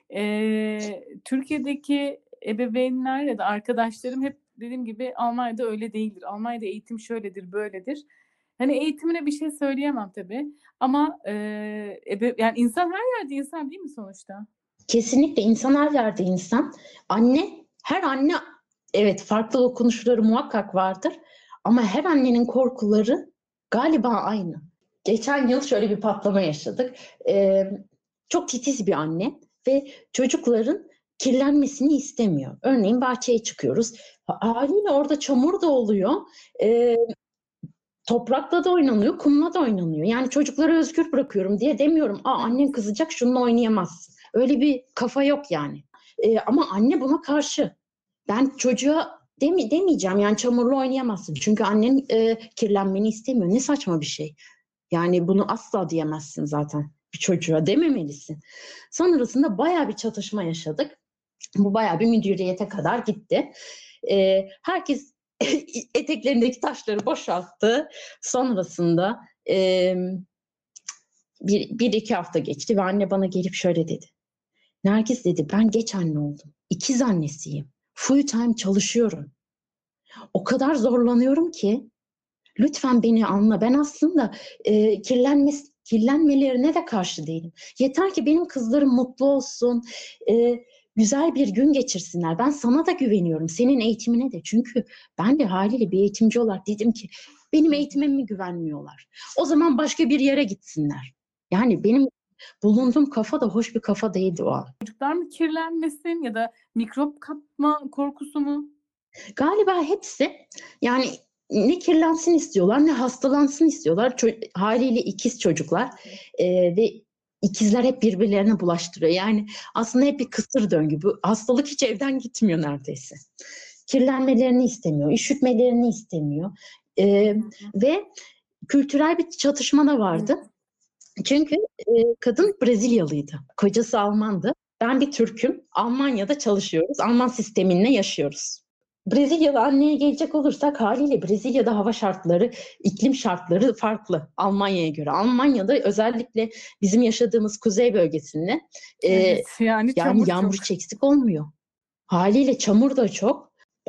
[SPEAKER 1] eee, Türkiye'deki ebeveynler ya da arkadaşlarım hep dediğim gibi Almanya'da öyle değildir. Almanya'da eğitim şöyledir, böyledir. Hani eğitimine bir şey söyleyemem tabii. Ama eee, ebe- yani insan her yerde insan değil mi sonuçta?
[SPEAKER 2] Kesinlikle insan her yerde insan. Anne, her anne evet farklı dokunuşları muhakkak vardır. Ama her annenin korkuları galiba aynı. Geçen yıl şöyle bir patlama yaşadık. Ee, çok titiz bir anne ve çocukların kirlenmesini istemiyor. Örneğin bahçeye çıkıyoruz. Haliyle orada çamur da oluyor. Ee, Toprakla da oynanıyor, kumla da oynanıyor. Yani çocukları özgür bırakıyorum diye demiyorum. Aa,
[SPEAKER 1] Evet.
[SPEAKER 2] annen kızacak, şununla oynayamazsın. Öyle bir kafa yok yani. Ee, ama anne buna karşı. Ben çocuğa demi, demeyeceğim yani çamurla oynayamazsın. Çünkü annen e, kirlenmeni istemiyor. Ne saçma bir şey. Yani bunu asla diyemezsin zaten bir çocuğa, dememelisin. Sonrasında bayağı bir çatışma yaşadık. Bu bayağı bir müdüriyete kadar gitti. Ee, herkes eteklerindeki taşları boşalttı. Sonrasında e, bir, bir iki hafta geçti ve anne bana gelip şöyle dedi. Nergis dedi, ben geç anne oldum. İkiz annesiyim. Full time çalışıyorum. O kadar zorlanıyorum ki lütfen beni anla. Ben aslında e, kirlenme, kirlenmelerine de karşı değilim. Yeter ki benim kızlarım mutlu olsun, e, güzel bir gün geçirsinler. Ben sana da güveniyorum, senin eğitimine de. Çünkü ben de haliyle bir eğitimci olarak dedim ki benim eğitimime mi güvenmiyorlar? O zaman başka bir yere gitsinler. Yani benim bulunduğum kafa da hoş bir kafa değildi o an.
[SPEAKER 1] Çocuklar mı kirlenmesin ya da mikrop kapma korkusu mu?
[SPEAKER 2] Galiba hepsi yani ne kirlensin istiyorlar ne hastalansın istiyorlar. Ço- haliyle ikiz çocuklar Ee, ve ikizler hep birbirlerine bulaştırıyor. Yani aslında hep bir kısır döngü. Bu hastalık hiç evden gitmiyor neredeyse. Kirlenmelerini istemiyor, üşütmelerini istemiyor. Ee, ve kültürel bir çatışma da vardı. Çünkü e, kadın Brezilyalıydı. Kocası Almandı. Ben bir Türk'üm. Almanya'da çalışıyoruz. Alman sisteminle yaşıyoruz. Brezilyalı anneye gelecek olursak haliyle Brezilya'da hava şartları, iklim şartları farklı Almanya'ya göre. Almanya'da özellikle bizim yaşadığımız kuzey bölgesinde e,
[SPEAKER 1] Evet yani
[SPEAKER 2] yani
[SPEAKER 1] çamur
[SPEAKER 2] yağmur
[SPEAKER 1] çok.
[SPEAKER 2] hiç eksik olmuyor. Haliyle çamur da çok.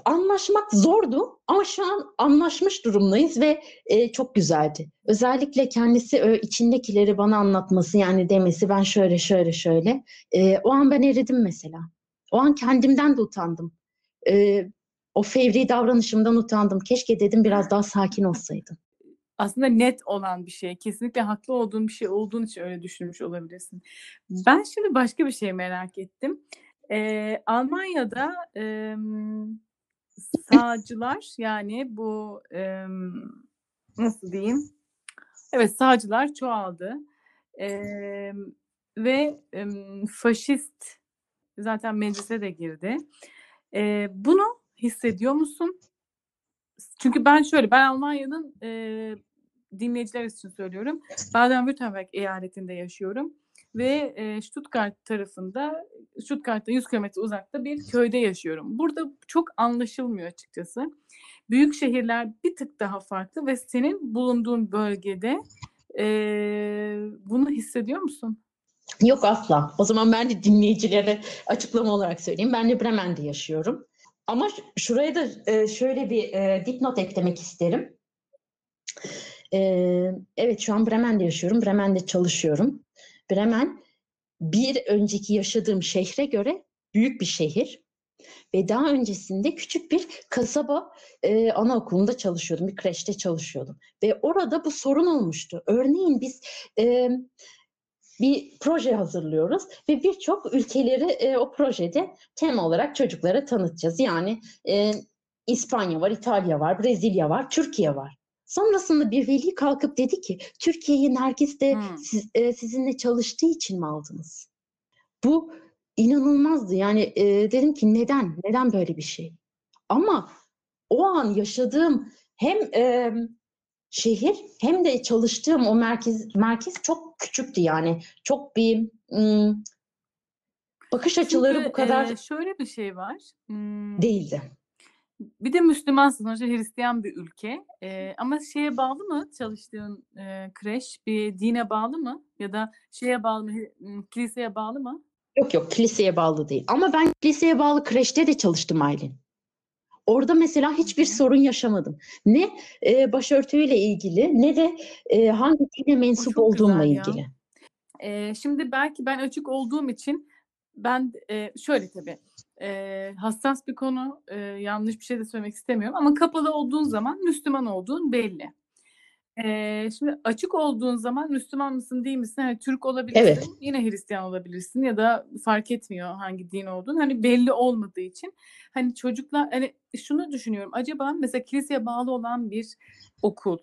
[SPEAKER 2] Anlaşmak zordu ama şu an anlaşmış durumdayız ve e, çok güzeldi. Özellikle kendisi e, içindekileri bana anlatması, yani demesi ben şöyle şöyle şöyle. E, o an ben eridim mesela. O an kendimden de utandım. E, o fevri davranışımdan utandım. Keşke dedim biraz daha sakin olsaydım.
[SPEAKER 1] Aslında net olan bir şey. Kesinlikle haklı olduğun bir şey olduğun için öyle düşünmüş olabilirsin. Ben şimdi başka bir şey merak ettim. Ee, Almanya'da em, sağcılar, yani bu em, nasıl diyeyim? Evet, sağcılar çoğaldı. Em, ve em, faşist zaten meclise de girdi. Ee, bunu hissediyor musun? Çünkü ben şöyle, ben Almanya'nın e, dinleyiciler için söylüyorum. Baden-Württemberg eyaletinde yaşıyorum ve e, Stuttgart tarafında, Stuttgart'ta yüz kilometre uzakta bir köyde yaşıyorum. Burada çok anlaşılmıyor açıkçası. Büyük şehirler bir tık daha farklı ve senin bulunduğun bölgede e, bunu hissediyor musun?
[SPEAKER 2] Yok, asla. O zaman ben de dinleyicilere açıklama olarak söyleyeyim. Ben de Bremen'de yaşıyorum. Ama şuraya da e, şöyle bir e, dipnot eklemek isterim. E, evet, şu an Bremen'de yaşıyorum. Bremen'de çalışıyorum. Bremen bir önceki yaşadığım şehre göre büyük bir şehir. Ve daha öncesinde küçük bir kasaba e, anaokulunda çalışıyordum. Bir kreşte çalışıyordum. Ve orada bu sorun olmuştu. Örneğin biz e, bir proje hazırlıyoruz ve birçok ülkeleri e, o projede tema olarak çocuklara tanıtacağız. Yani e, İspanya var, İtalya var, Brezilya var, Türkiye var. Sonrasında bir veli kalkıp dedi ki, Türkiye'yi Nergis de
[SPEAKER 1] Hmm.
[SPEAKER 2] siz, e, sizinle çalıştığı için mi aldınız? Bu inanılmazdı. Yani e, dedim ki neden? Neden böyle bir şey? Ama o an yaşadığım hem e, şehir hem de çalıştığım o merkez merkez çok küçüktü, yani çok bir ım, bakış açıları bu
[SPEAKER 1] Çünkü
[SPEAKER 2] kadar
[SPEAKER 1] e, şöyle bir şey var. Hmm,
[SPEAKER 2] değildi.
[SPEAKER 1] Bir de Müslümansın, sonuçta Hristiyan bir ülke. Ee, ama şeye bağlı mı çalıştığın e, kreş? Bir dine bağlı mı? Ya da şeye bağlı mı? Hı, kiliseye bağlı mı?
[SPEAKER 2] Yok yok, kiliseye bağlı değil. Ama ben kiliseye bağlı kreşte de çalıştım Aylin. Orada mesela
[SPEAKER 1] Hı
[SPEAKER 2] hiçbir
[SPEAKER 1] hı.
[SPEAKER 2] sorun yaşamadım. Ne e, başörtüyle ilgili ne de e, hangi dine
[SPEAKER 1] O
[SPEAKER 2] mensup
[SPEAKER 1] çok
[SPEAKER 2] olduğumla
[SPEAKER 1] güzel ya.
[SPEAKER 2] ilgili.
[SPEAKER 1] Ee, şimdi belki ben açık olduğum için ben e, şöyle tabii e, hassas bir konu, e, yanlış bir şey de söylemek istemiyorum ama kapalı olduğun zaman Müslüman olduğun belli. Ee, şimdi açık olduğun zaman Müslüman mısın değil misin? Hani Türk
[SPEAKER 2] Evet.
[SPEAKER 1] olabilirsin, yine Hristiyan olabilirsin ya da fark etmiyor hangi din olduğun. Hani belli olmadığı için hani çocuklar, hani şunu düşünüyorum. Acaba mesela kiliseye bağlı olan bir okul.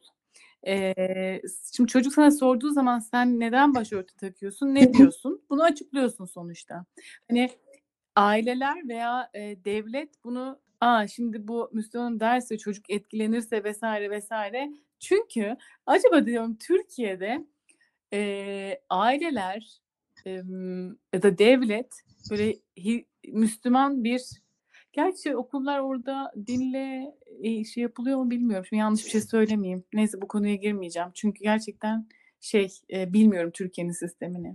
[SPEAKER 1] Ee, şimdi çocuk sana sorduğu zaman sen neden başörtü takıyorsun? Ne diyorsun? Bunu açıklıyorsun sonuçta. Hani aileler veya e, devlet bunu, aa şimdi bu Müslüman derse çocuk etkilenirse vesaire vesaire. Çünkü acaba diyorum Türkiye'de e, aileler e, ya da devlet böyle hi, Müslüman bir, gerçi okullar orada dinle e, şey yapılıyor mu bilmiyorum. Şimdi yanlış bir şey söylemeyeyim. Neyse, bu konuya girmeyeceğim. Çünkü gerçekten şey e, bilmiyorum Türkiye'nin sistemini.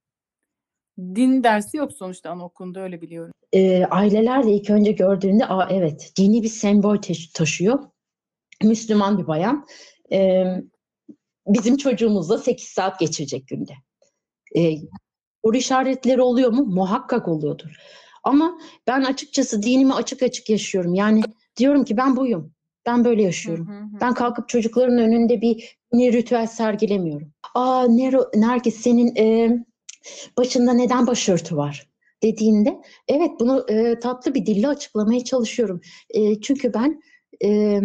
[SPEAKER 1] Din dersi yok sonuçta anaokulunda, öyle biliyorum.
[SPEAKER 2] E, aileler de ilk önce gördüğünde, aa evet, dini bir sembol taşı- taşıyor. Müslüman bir bayan. E, bizim çocuğumuzla sekiz saat geçirecek günde. E, soru işaretleri oluyor mu? Muhakkak oluyordur. Ama ben açıkçası dinimi açık açık yaşıyorum. Yani diyorum ki ben buyum. Ben böyle
[SPEAKER 1] Hı
[SPEAKER 2] yaşıyorum.
[SPEAKER 1] hı hı.
[SPEAKER 2] Ben kalkıp çocukların önünde bir dini ritüel sergilemiyorum. Aa Nero, Nergis, senin e, başında neden başörtü var dediğinde, evet, bunu e, tatlı bir dille açıklamaya çalışıyorum. E, çünkü ben e,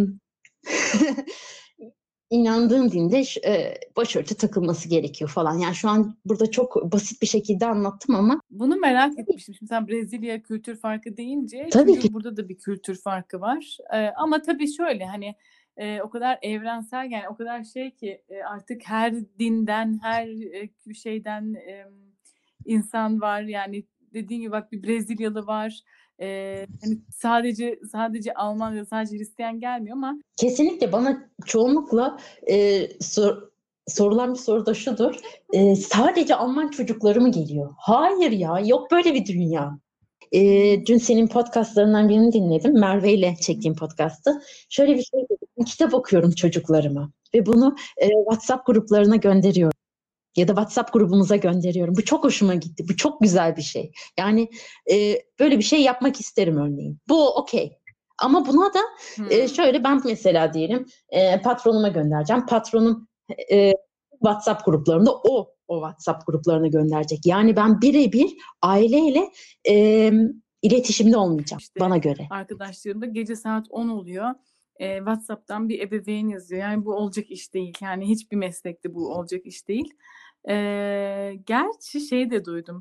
[SPEAKER 2] inandığım dinde e, başörtü takılması gerekiyor falan. Yani şu an burada çok basit bir şekilde anlattım ama
[SPEAKER 1] Bunu merak etmiştim. Şimdi sen Brezilya kültür farkı deyince,
[SPEAKER 2] tabii ki
[SPEAKER 1] çünkü burada da bir kültür farkı var. Ee, ama tabii şöyle hani e, o kadar evrensel, yani o kadar şey ki e, artık her dinden, her e, şeyden e, insan var. Yani dediğin gibi bak, bir Brezilyalı var. Ee, hani sadece sadece Alman ya da sadece Hristiyan gelmiyor ama
[SPEAKER 2] kesinlikle bana çoğunlukla e, sor, sorulan bir soru da şudur. E, sadece Alman çocukları mı geliyor? Hayır ya, yok böyle bir dünya. E, dün senin podcastlarından birini dinledim. Merve ile çektiğim podcastı. Şöyle bir şey dedim. Kitap okuyorum çocuklarıma ve bunu e, WhatsApp gruplarına gönderiyorum. Ya da WhatsApp grubumuza gönderiyorum. Bu çok hoşuma gitti. Bu çok güzel bir şey. Yani e, böyle bir şey yapmak isterim örneğin. Bu okey. Ama buna da e, şöyle ben mesela diyelim e, patronuma göndereceğim. Patronum e, WhatsApp gruplarında o o WhatsApp gruplarına gönderecek. Yani ben birebir aileyle e, iletişimde olmayacağım
[SPEAKER 1] İşte
[SPEAKER 2] bana göre.
[SPEAKER 1] arkadaşlarımda gece saat on oluyor. E, WhatsApp'tan bir ebeveyn yazıyor. Yani bu olacak iş değil. Yani hiçbir meslekte bu olacak iş değil. E, gerçi şey de duydum.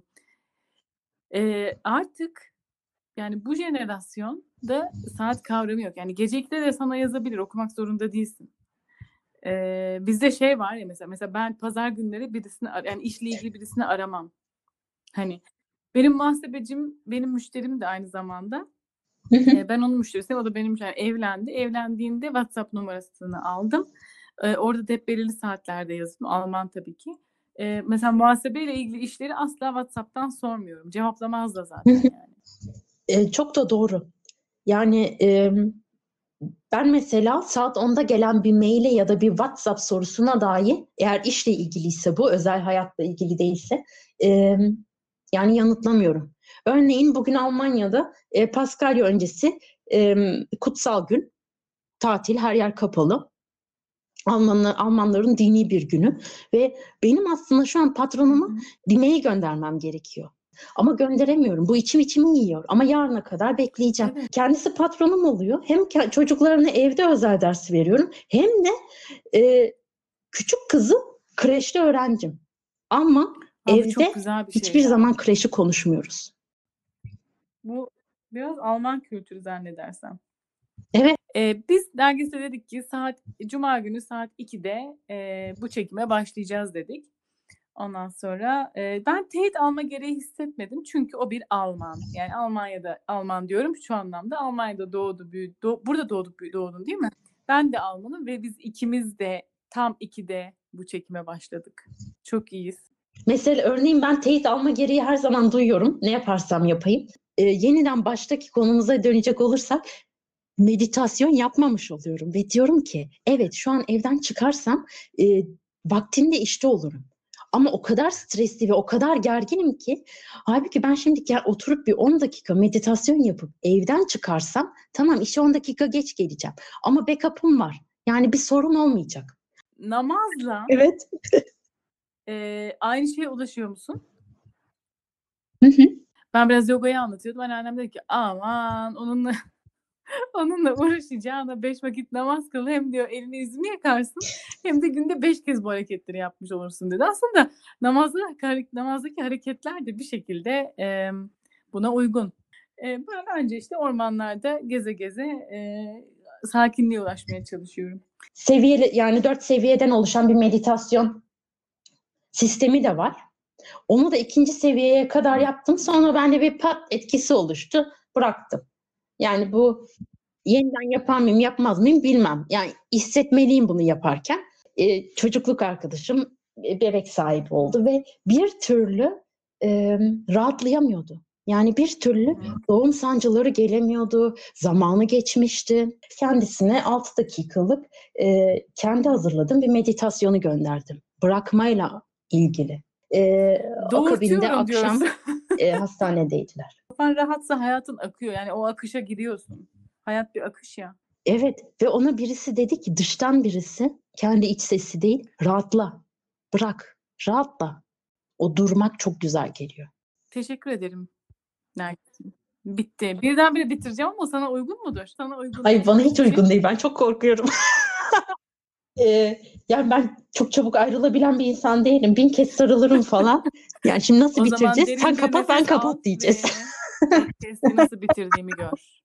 [SPEAKER 1] E, artık yani bu jenerasyonda saat kavramı yok. Yani gece ikide de sana yazabilir. Okumak zorunda değilsin. Ee, bizde şey var ya mesela mesela ben pazar günleri birisini ar- yani işle ilgili birisini aramam. Hani benim muhasebecim benim müşterim de aynı zamanda. Ee, ben onun müşterisiyim. O da benim yani evlendi. Evlendiğinde WhatsApp numarasını aldım. Ee, orada da hep belirli saatlerde yazdım. Alman tabii ki. Ee, mesela muhasebeyle ilgili işleri asla WhatsApp'tan sormuyorum. Cevaplamaz da zaten yani.
[SPEAKER 2] E, çok da doğru. Yani e, ben mesela saat onda gelen bir maile ya da bir WhatsApp sorusuna dahi eğer işle ilgiliyse bu, özel hayatla ilgili değilse e, yani yanıtlamıyorum. Örneğin bugün Almanya'da e, Paskalya öncesi e, kutsal gün, tatil, her yer kapalı. Almanlar, Almanların dini bir günü ve benim aslında şu an patronuma bir mail göndermem gerekiyor. Ama gönderemiyorum. Bu içim içimi yiyor. Ama yarına kadar bekleyeceğim.
[SPEAKER 1] Evet.
[SPEAKER 2] Kendisi patronum oluyor. Hem ke- çocuklarına evde özel ders veriyorum. Hem de e, küçük kızı kreşte öğrencim. Ama
[SPEAKER 1] Aa, bu
[SPEAKER 2] evde
[SPEAKER 1] çok güzel bir şey
[SPEAKER 2] hiçbir
[SPEAKER 1] ya.
[SPEAKER 2] zaman kreşi konuşmuyoruz.
[SPEAKER 1] Bu biraz Alman kültürü zannedersem.
[SPEAKER 2] Evet.
[SPEAKER 1] Ee, biz dergiste dedik ki saat Cuma günü saat ikide e, bu çekime başlayacağız dedik. Ondan sonra e, ben teyit alma gereği hissetmedim. Çünkü o bir Alman. Yani Almanya'da Alman diyorum şu anlamda. Almanya'da doğdu, büyüdü. Do- burada doğduk, büyü- doğdun değil mi? Ben de Almanım ve biz ikimiz de tam ikide bu çekime başladık. Çok iyiyiz.
[SPEAKER 2] Mesela örneğin ben teyit alma gereği her zaman duyuyorum. Ne yaparsam yapayım. Ee, yeniden baştaki konumuza dönecek olursak meditasyon yapmamış oluyorum. Ve diyorum ki evet şu an evden çıkarsam e, vaktinde işte olurum. Ama o kadar stresli ve o kadar gerginim ki halbuki ben şimdi gel, oturup bir on dakika meditasyon yapıp evden çıkarsam tamam işe on dakika geç geleceğim. Ama backup'ım var. Yani bir sorun olmayacak.
[SPEAKER 1] Namazla
[SPEAKER 2] Evet.
[SPEAKER 1] e, aynı şeye ulaşıyor musun?
[SPEAKER 2] Hı hı.
[SPEAKER 1] Ben biraz yogayı anlatıyordum. Anneannem dedi ki aman onunla onunla uğraşacağına beş vakit namaz kıl. Hem diyor elini yüzünü yakarsın hem de günde beş kez bu hareketleri yapmış olursun dedi. Aslında namazda, namazdaki hareketler de bir şekilde e, buna uygun. E, ben önce işte ormanlarda geze geze e, sakinliğe ulaşmaya çalışıyorum.
[SPEAKER 2] Seviyeli yani dört seviyeden oluşan bir meditasyon sistemi de var. Onu da ikinci seviyeye kadar yaptım. Sonra bende bir pat etkisi oluştu. Bıraktım. Yani bu yeniden yapar mıyım yapmaz mıyım bilmem. Yani hissetmeliyim bunu yaparken. Ee, çocukluk arkadaşım bebek sahibi oldu ve bir türlü e, rahatlayamıyordu. Yani bir türlü doğum sancıları gelemiyordu. Zamanı geçmişti. Kendisine altı dakikalık e, kendi hazırladığım bir meditasyonu gönderdim. Bırakmayla ilgili. E, akabinde
[SPEAKER 1] Doğurtuyorum
[SPEAKER 2] akşam
[SPEAKER 1] diyorsun.
[SPEAKER 2] e, hastanedeydiler.
[SPEAKER 1] Kafan rahatsa hayatın akıyor. Yani o akışa giriyorsun. Hayat bir akış ya.
[SPEAKER 2] Evet ve ona birisi dedi ki dıştan birisi kendi iç sesi değil rahatla, bırak, rahatla. O durmak çok güzel geliyor.
[SPEAKER 1] Teşekkür ederim. Nergis'im. Bitti. Birdenbire bitireceğim ama sana uygun mudur? Sana uygun
[SPEAKER 2] Hayır bana
[SPEAKER 1] bitirmek
[SPEAKER 2] hiç
[SPEAKER 1] için.
[SPEAKER 2] uygun değil ben çok korkuyorum. ee, yani ben çok çabuk ayrılabilen bir insan değilim. Bin kez sarılırım falan. Yani şimdi nasıl
[SPEAKER 1] O zaman
[SPEAKER 2] bitireceğiz?
[SPEAKER 1] derin
[SPEAKER 2] Sen
[SPEAKER 1] bir
[SPEAKER 2] kapat ben
[SPEAKER 1] nefes al
[SPEAKER 2] kapat diyeceğiz.
[SPEAKER 1] ve podcast'i nasıl bitirdiğimi gör.